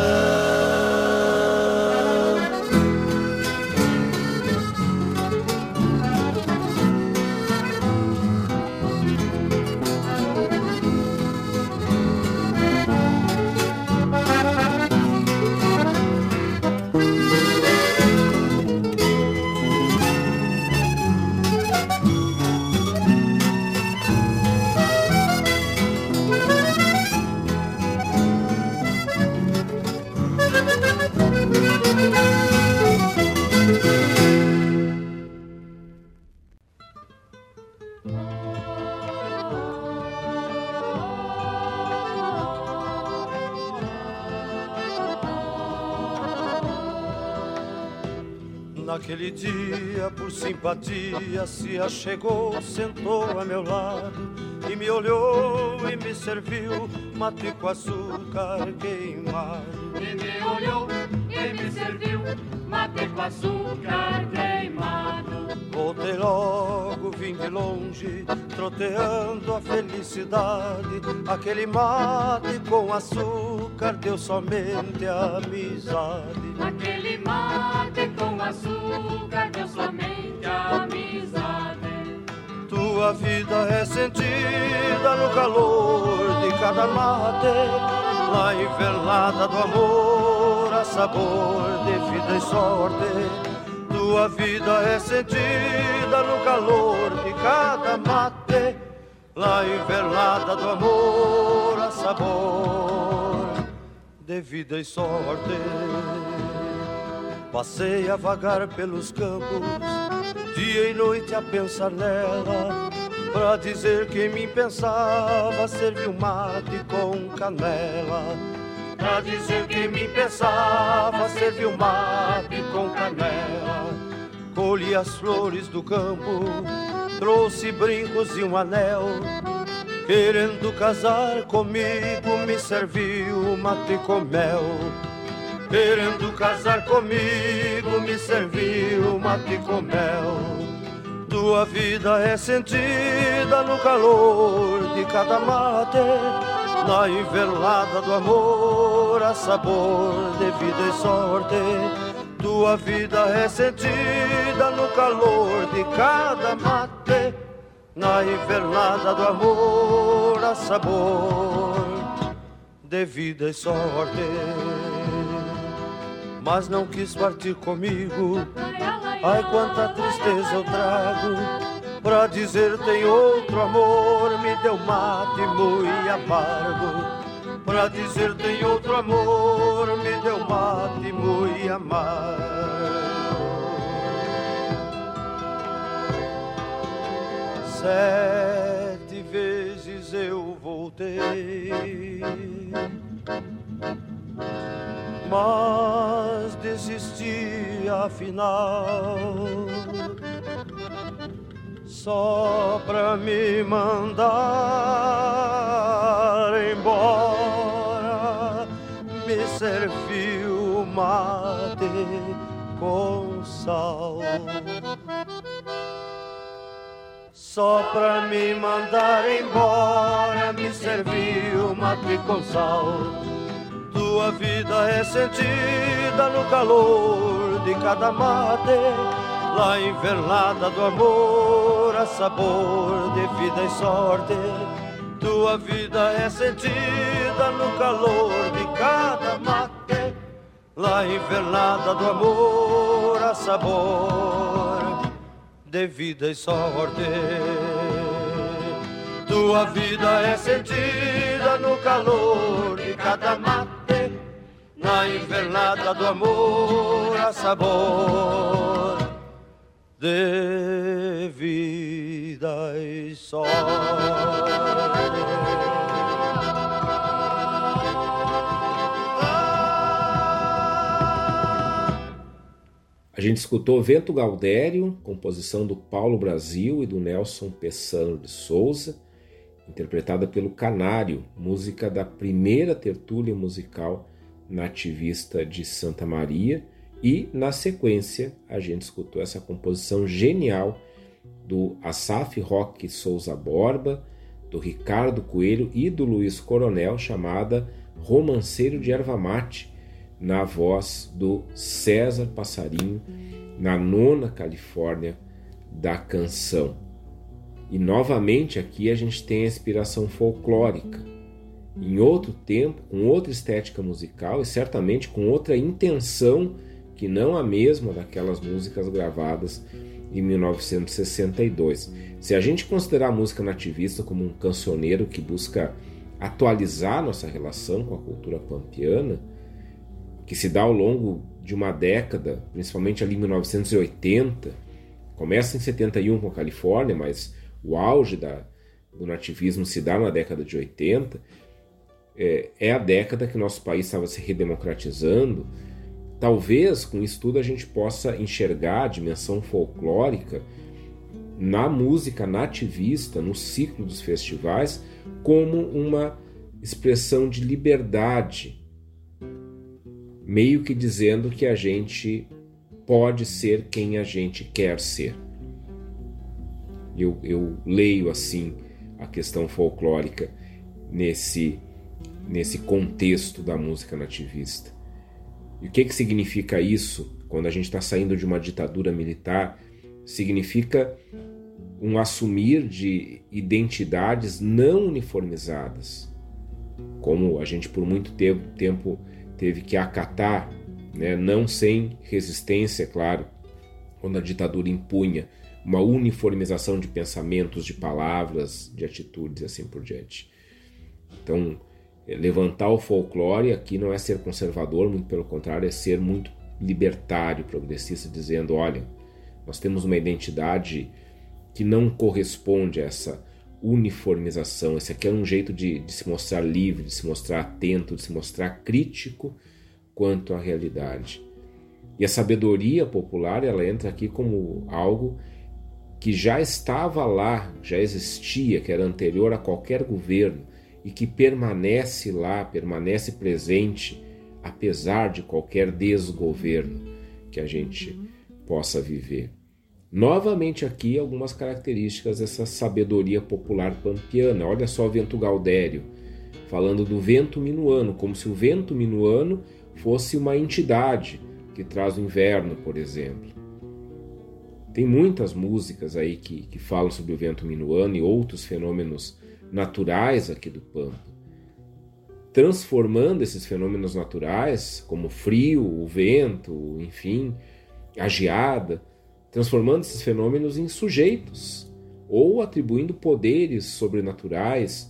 Naquele dia, por simpatia, se achegou, sentou a meu lado e me olhou e me serviu mate com açúcar queimado. E me olhou e me serviu mate com açúcar queimado. Voltei logo, vim de longe, troteando a felicidade. Aquele mate com açúcar deu somente amizade. Aquele mate com açúcar deu somente amizade. Tua vida é sentida no calor de cada mate, na envelada do amor, a sabor de vida e sorte. Tua vida é sentida no calor de cada mate, na envelada do amor, a sabor de vida e sorte. Passei a vagar pelos campos, dia e noite a pensar nela, pra dizer que em mim pensava, serviu mate com canela. Pra dizer que em mim pensava, serviu mate com canela. Colhi as flores do campo, trouxe brincos e um anel, querendo casar comigo, me serviu mate com mel. Querendo casar comigo, me serviu mate com mel. Tua vida é sentida no calor de cada mate, na envelada do amor, a sabor de vida e sorte. Tua vida é sentida no calor de cada mate, na envelada do amor, a sabor de vida e sorte. Mas não quis partir comigo, ai quanta tristeza eu trago, pra dizer tem outro amor, me deu mate muito amargo. pra dizer tem outro amor, me deu mate muito amargo. Sete vezes eu voltei, mas desisti afinal, só pra me mandar embora. Me serviu mate com sal, só pra me mandar embora. Me serviu mate com sal. Tua vida é sentida no calor de cada mate, lá invernada do amor, a sabor de vida e sorte. Tua vida é sentida no calor de cada mate, lá invernada do amor, a sabor de vida e sorte. Tua vida é sentida no calor de cada mate, na invernada do amor, a sabor de vida e sorte. A gente escutou Vento Gaudério, composição do Paulo Brasil e do Nelson Pessano de Souza, interpretada pelo Canário, música da primeira tertúlia musical nativista de Santa Maria. E, na sequência, a gente escutou essa composição genial do Asaf Roque Souza Borba, do Ricardo Coelho e do Luiz Coronel, chamada Romanceiro de Erva Mate, na voz do César Passarinho, na nona Califórnia da canção. E, novamente, aqui a gente tem a inspiração folclórica, em outro tempo, com outra estética musical e certamente com outra intenção que não a mesma daquelas músicas gravadas em mil novecentos e sessenta e dois. Se a gente considerar a música nativista como um cancioneiro que busca atualizar nossa relação com a cultura pampiana, que se dá ao longo de uma década, principalmente ali em mil novecentos e oitenta, começa em setenta e um com a Califórnia, mas o auge da, do nativismo se dá na década de oitenta, é, é a década que nosso país estava se redemocratizando. Talvez com isso tudo a gente possa enxergar a dimensão folclórica na música nativista, no ciclo dos festivais, como uma expressão de liberdade, meio que dizendo que a gente pode ser quem a gente quer ser. Eu, eu leio assim a questão folclórica nesse, nesse contexto da música nativista. E o que, que significa isso quando a gente está saindo de uma ditadura militar? Significa um assumir de identidades não uniformizadas, como a gente por muito tempo, tempo teve que acatar, né? Não sem resistência, claro, quando a ditadura impunha uma uniformização de pensamentos, de palavras, de atitudes e assim por diante. Então, levantar o folclore aqui não é ser conservador, muito pelo contrário, é ser muito libertário, progressista, dizendo, olha, nós temos uma identidade que não corresponde a essa uniformização. Esse aqui é um jeito de, de se mostrar livre, de se mostrar atento, de se mostrar crítico quanto à realidade. E a sabedoria popular, ela entra aqui como algo que já estava lá, já existia, que era anterior a qualquer governo e que permanece lá, permanece presente, apesar de qualquer desgoverno que a gente possa viver. Novamente aqui algumas características dessa sabedoria popular pampiana. Olha só o Vento Gaudério, falando do vento minuano, como se o vento minuano fosse uma entidade que traz o inverno, por exemplo. Tem muitas músicas aí que, que falam sobre o vento minuano e outros fenômenos naturais aqui do Pampa, transformando esses fenômenos naturais, como o frio, o vento, enfim, a geada, transformando esses fenômenos em sujeitos, ou atribuindo poderes sobrenaturais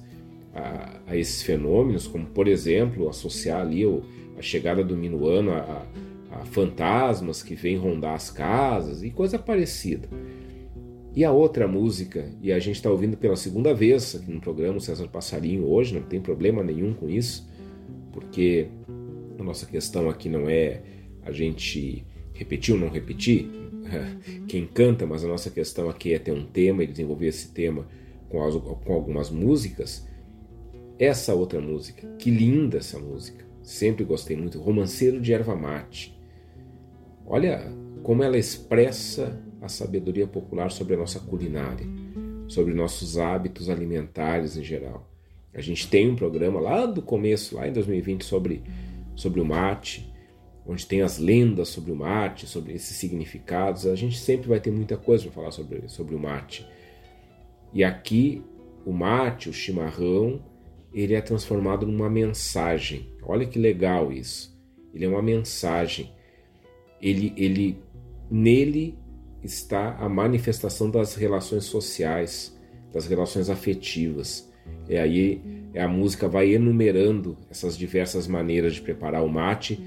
a, a esses fenômenos, como, por exemplo, associar ali o, a chegada do minuano a, a, a fantasmas que vêm rondar as casas e coisa parecida. E a outra música, e a gente está ouvindo pela segunda vez aqui no programa o César Passarinho hoje, não tem problema nenhum com isso, porque a nossa questão aqui não é a gente repetir ou não repetir, quem canta, mas a nossa questão aqui é ter um tema e desenvolver esse tema com, as, com algumas músicas. Essa outra música, que linda essa música, sempre gostei muito, Romanceiro de Erva Mate. Olha como ela expressa a sabedoria popular sobre a nossa culinária, sobre nossos hábitos alimentares em geral. A gente tem um programa lá do começo, lá em dois mil e vinte, sobre, sobre o mate, onde tem as lendas sobre o mate, sobre esses significados. A gente sempre vai ter muita coisa para falar sobre, sobre o mate. E aqui, o mate, o chimarrão, ele é transformado numa mensagem. Olha que legal isso. Ele é uma mensagem. Ele, ele, nele está a manifestação das relações sociais, das relações afetivas. E aí a música vai enumerando essas diversas maneiras de preparar o mate,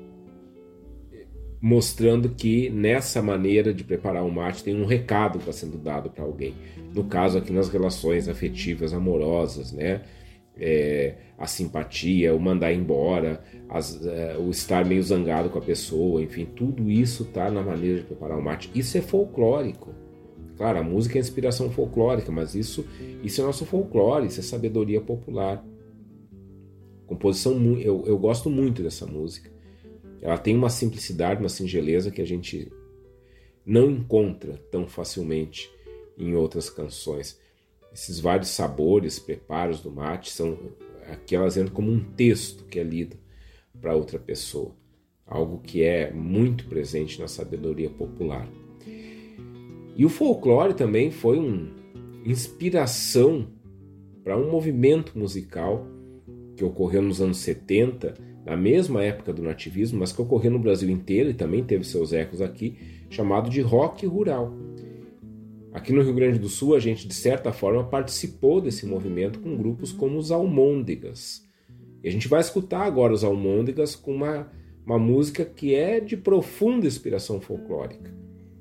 mostrando que nessa maneira de preparar o mate tem um recado que está sendo dado para alguém. No caso aqui nas relações afetivas, amorosas, né? É, a simpatia, o mandar embora, as, é, o estar meio zangado com a pessoa, enfim, tudo isso está na maneira de preparar o mate. Isso é folclórico. Claro, a música é inspiração folclórica, mas isso, isso é nosso folclore, isso é sabedoria popular. Composição, eu, eu gosto muito dessa música. Ela tem uma simplicidade, uma singeleza que a gente não encontra tão facilmente em outras canções. Esses vários sabores, preparos do mate, são aqui elas entram como um texto que é lido para outra pessoa. Algo que é muito presente na sabedoria popular. E o folclore também foi uma inspiração para um movimento musical que ocorreu nos anos setenta, na mesma época do nativismo, mas que ocorreu no Brasil inteiro e também teve seus ecos aqui, chamado de rock rural. Aqui no Rio Grande do Sul, a gente, de certa forma, participou desse movimento com grupos como os Almôndegas. E a gente vai escutar agora os Almôndegas com uma, uma música que é de profunda inspiração folclórica.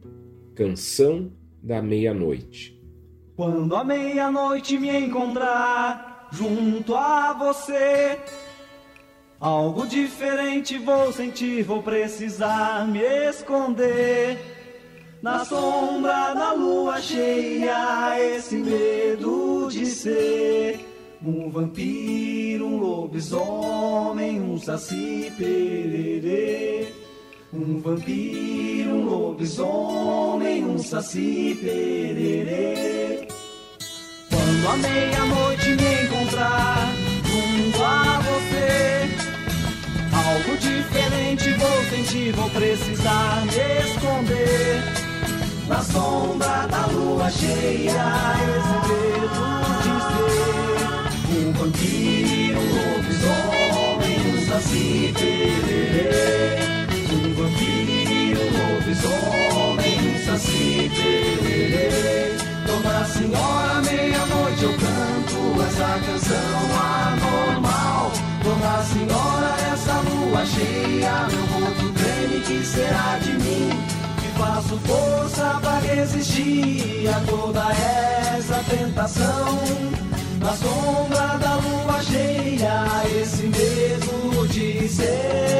Canção da Meia-Noite. Quando a meia-noite me encontrar junto a você, algo diferente vou sentir, vou precisar me esconder. Na sombra da lua cheia, esse medo de ser um vampiro, um lobisomem, um saci pererê. Um vampiro, um lobisomem, um saci pererê. Quando a meia-noite me encontrar junto a você, algo diferente vou sentir, vou precisar me esconder. Na sombra da lua cheia, esse medo de ser um vampiro, um lobisomem, um saci pererê. Um vampiro, um lobisomem, um saci pererê. Dona Senhora, meia-noite eu canto essa canção anormal. Dona Senhora, essa lua cheia, meu corpo treme, que será de mim? Faço força para resistir a toda essa tentação. Na sombra da lua cheia, esse medo de ser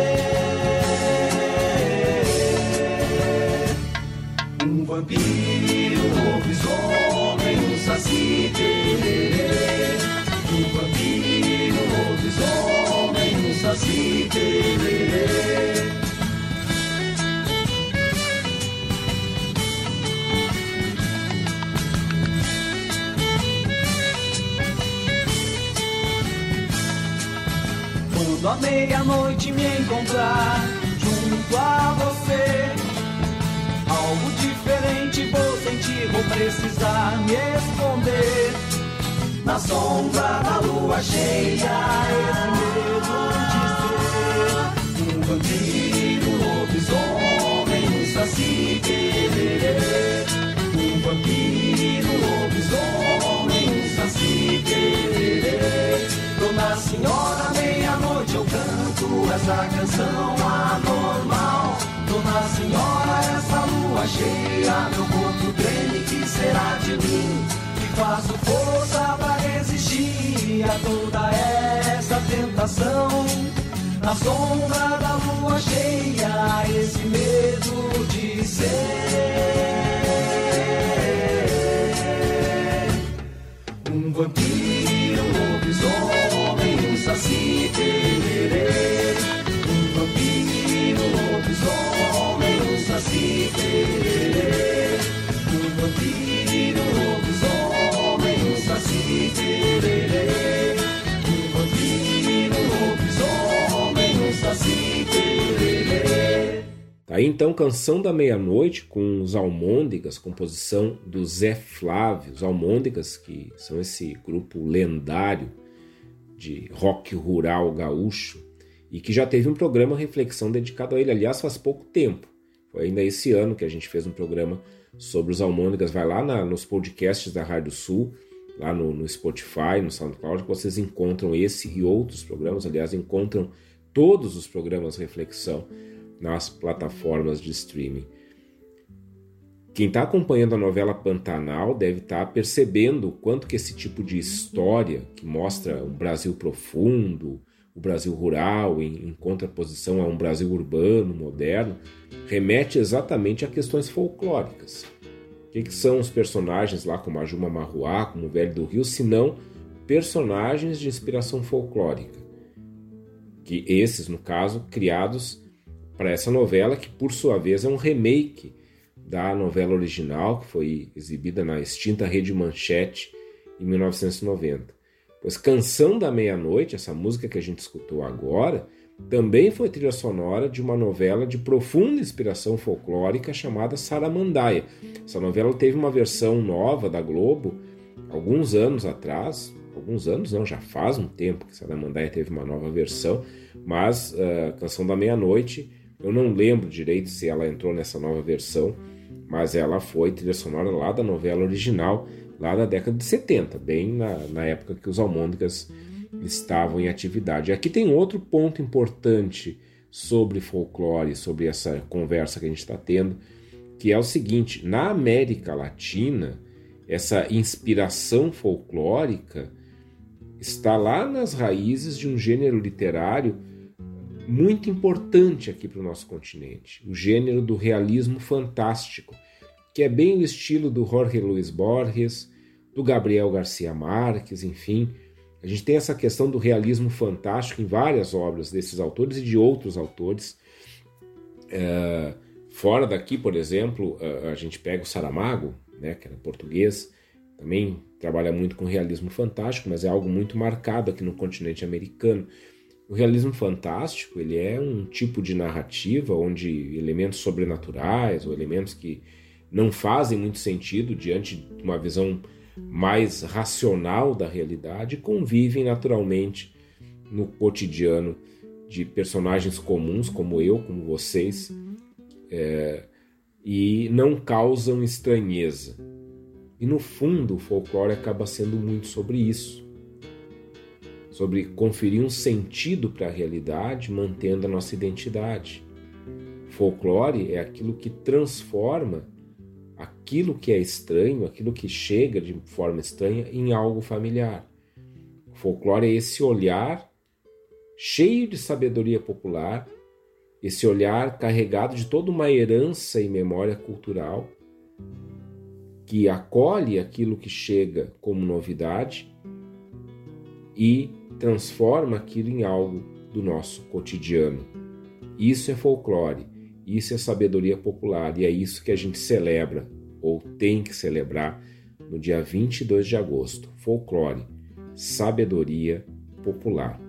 um vampiro, um lobisomem, um saci pererê. Um vampiro, um lobisomem, um saci pererê. Quando à meia-noite me encontrar junto a você, algo diferente vou sentir, vou precisar me esconder. Na sombra da lua cheia, esse medo de ser um vampiro, um lobisomem, um saci pererê. Um vampiro, um lobisomem, um saci pererê. essa canção anormal. Dona Senhora, essa lua cheia, meu corpo treme, que será de mim? Que faço força pra resistir a toda essa tentação. Na sombra da lua cheia, esse medo de ser um vampiro, um lobisomem, um saci pererê. Um vampiro, um lobisomem, um saci pererê. Um vampiro, um lobisomem, um saci pererê. Um vampiro, um lobisomem, um saci pererê. Tá aí então Canção da Meia-Noite com os Almôndegas, composição do Zé Flávio. Os Almôndegas, que são esse grupo lendário de rock rural gaúcho e que já teve um programa Reflexão dedicado a ele, aliás, faz pouco tempo. Foi ainda esse ano que a gente fez um programa sobre os Almôndegas. Vai lá na, nos podcasts da Rádio Sul, lá no, no Spotify, no SoundCloud, que vocês encontram esse e outros programas. Aliás, encontram todos os programas Reflexão nas plataformas de streaming. Quem está acompanhando a novela Pantanal deve estar tá percebendo o quanto que esse tipo de história, que mostra um Brasil profundo, o Brasil rural, em, em contraposição a um Brasil urbano, moderno, remete exatamente a questões folclóricas. O que, que são os personagens lá como a Juma Marruá, como o Velho do Rio, se não personagens de inspiração folclórica? Que esses, no caso, criados para essa novela, que por sua vez é um remake da novela original, que foi exibida na extinta Rede Manchete em mil novecentos e noventa. Pois Canção da Meia-Noite, essa música que a gente escutou agora, também foi trilha sonora de uma novela de profunda inspiração folclórica chamada Saramandaia. Essa novela teve uma versão nova da Globo alguns anos atrás, alguns anos não, já faz um tempo que Saramandaia teve uma nova versão, mas uh, Canção da Meia-Noite, eu não lembro direito se ela entrou nessa nova versão, mas ela foi trilha sonora lá da novela original, lá da década de setenta, bem na, na época que os Almôndegas estavam em atividade. Aqui tem outro ponto importante sobre folclore, sobre essa conversa que a gente está tendo, que é o seguinte: na América Latina, essa inspiração folclórica está lá nas raízes de um gênero literário muito importante aqui para o nosso continente, o gênero do realismo fantástico, que é bem o estilo do Jorge Luis Borges, do Gabriel Garcia Marques, enfim. A gente tem essa questão do realismo fantástico em várias obras desses autores e de outros autores. É, fora daqui, por exemplo, a gente pega o Saramago, né, que era português, também trabalha muito com realismo fantástico, mas é algo muito marcado aqui no continente americano. O realismo fantástico, ele é um tipo de narrativa onde elementos sobrenaturais ou elementos que não fazem muito sentido diante de uma visão mais racional da realidade convivem naturalmente no cotidiano de personagens comuns como eu, como vocês, é, e não causam estranheza. E no fundo o folclore acaba sendo muito sobre isso, sobre conferir um sentido para a realidade, mantendo a nossa identidade. Folclore é aquilo que transforma aquilo que é estranho, aquilo que chega de forma estranha, em algo familiar. O folclore é esse olhar cheio de sabedoria popular, esse olhar carregado de toda uma herança e memória cultural, que acolhe aquilo que chega como novidade e transforma aquilo em algo do nosso cotidiano. Isso é folclore, isso é sabedoria popular, e é isso que a gente celebra, ou tem que celebrar, no dia vinte e dois de agosto. Folclore, sabedoria popular.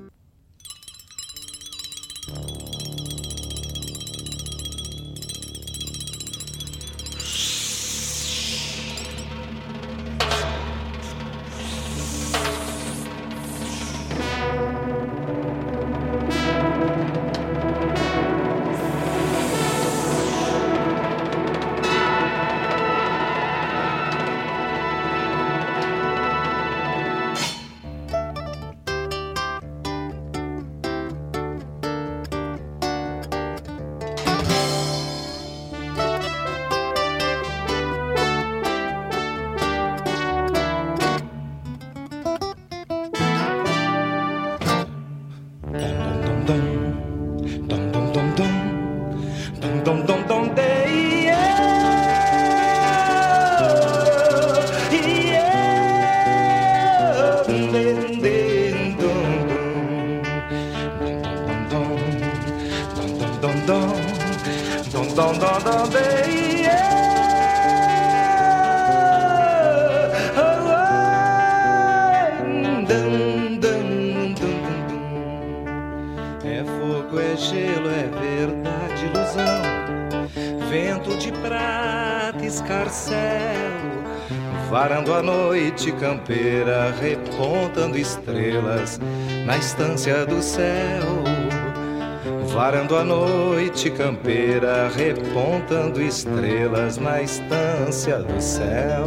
prata escarcel, varando a noite campeira, repontando estrelas na estância do céu. Varando a noite campeira, repontando estrelas na estância do céu.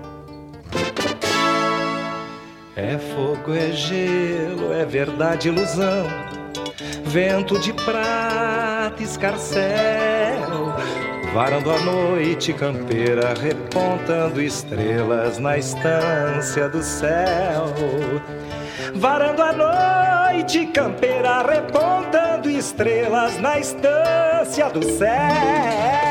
É fogo, é gelo, é verdade, ilusão, vento de prata, escarcel, varando a noite campeira, repontando estrelas na estância do céu. Varando a noite campeira, repontando estrelas na estância do céu.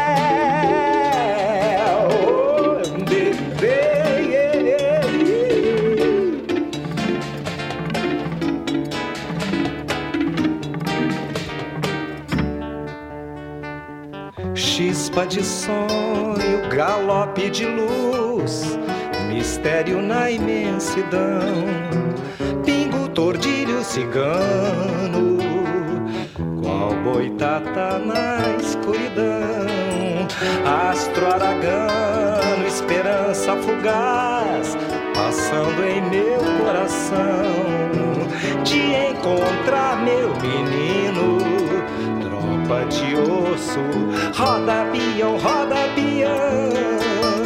Chispa de sonho, galope de luz, mistério na imensidão, pingo, tordilho, cigano, qual boitata na escuridão, astro aragano, esperança fugaz, passando em meu coração, de encontrar meu menino, tropa de osso, roda peão, roda peão.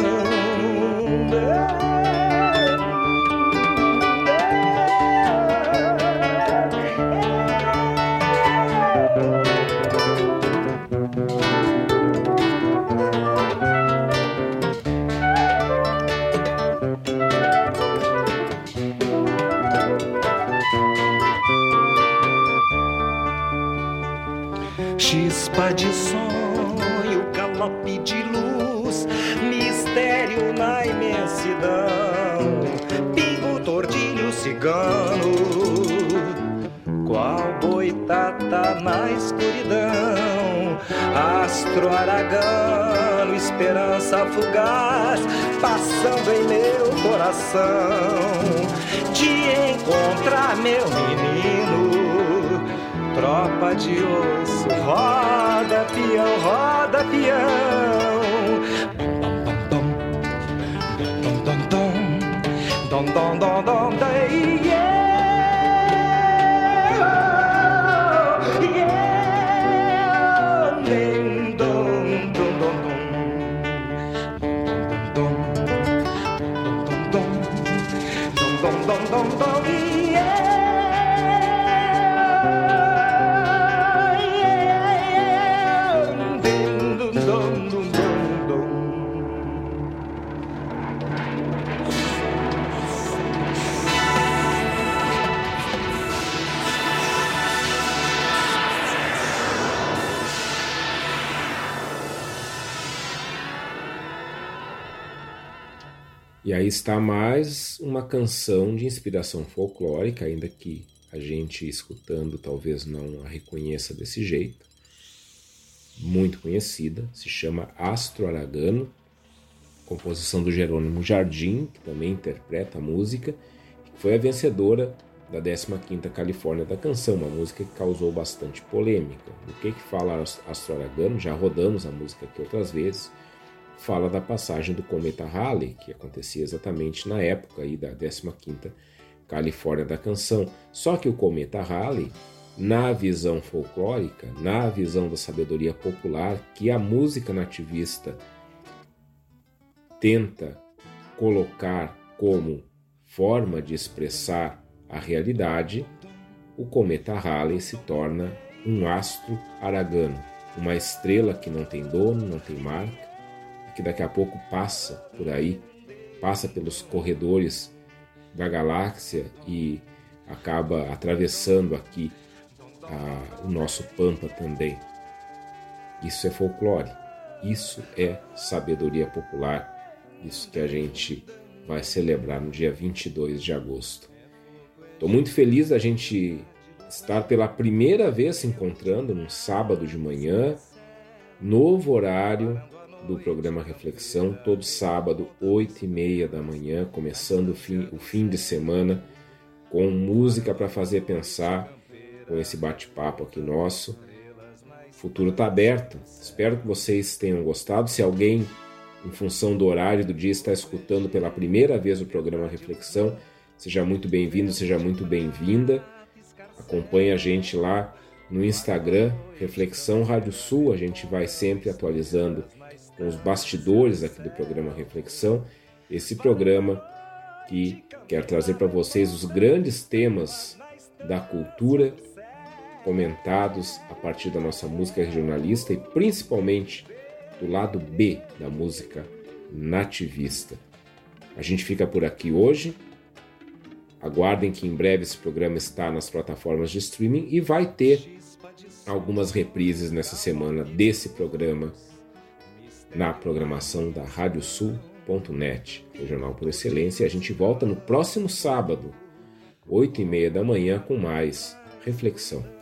Chispa de sonho, galope de luz, mistério na imensidão, pingo, tordilho, cigano, qual boitata na escuridão, astro aragano, esperança fugaz, passando em meu coração, de encontrar meu menino, tropa de osso, roda peão, roda peão. Dom, dom, dom, dom, dom, dom, dom, dom, yeah. E aí está mais uma canção de inspiração folclórica, ainda que a gente escutando talvez não a reconheça desse jeito. Muito conhecida, se chama Astro Aragano, composição do Jerônimo Jardim, que também interpreta a música, que foi a vencedora da décima quinta Califórnia da Canção, uma música que causou bastante polêmica. Do que que fala Astro Aragano? Já rodamos a música aqui outras vezes. Fala da passagem do cometa Halley, que acontecia exatamente na época aí da décima quinta Califórnia da Canção. Só que o cometa Halley, na visão folclórica, na visão da sabedoria popular, que a música nativista tenta colocar como forma de expressar a realidade, o cometa Halley se torna um astro aragano, uma estrela que não tem dono, não tem marca, que daqui a pouco passa por aí, passa pelos corredores da galáxia e acaba atravessando aqui a, o nosso Pampa também. Isso é folclore, isso é sabedoria popular, isso que a gente vai celebrar no dia vinte e dois de agosto. Estou muito feliz da gente estar pela primeira vez se encontrando num sábado de manhã, novo horário do programa Reflexão, todo sábado, oito e meia da manhã, começando o fim, o fim de semana, com música para fazer pensar, com esse bate-papo aqui nosso. futuro está aberto. Espero que vocês tenham gostado. Se alguém, em função do horário do dia, está escutando pela primeira vez o programa Reflexão, seja muito bem-vindo, seja muito bem-vinda. Acompanhe a gente lá no Instagram, Reflexão Rádio Sul. A gente vai sempre atualizando com os bastidores aqui do programa Reflexão. Esse programa que quer trazer para vocês os grandes temas da cultura, comentados a partir da nossa música regionalista e principalmente do lado B da música nativista. A gente fica por aqui hoje. Aguardem que em breve esse programa está nas plataformas de streaming e vai ter algumas reprises nessa semana desse programa na programação da rádio sul ponto net, regional por excelência. E a gente volta no próximo sábado, oito e meia da manhã, com mais Reflexão.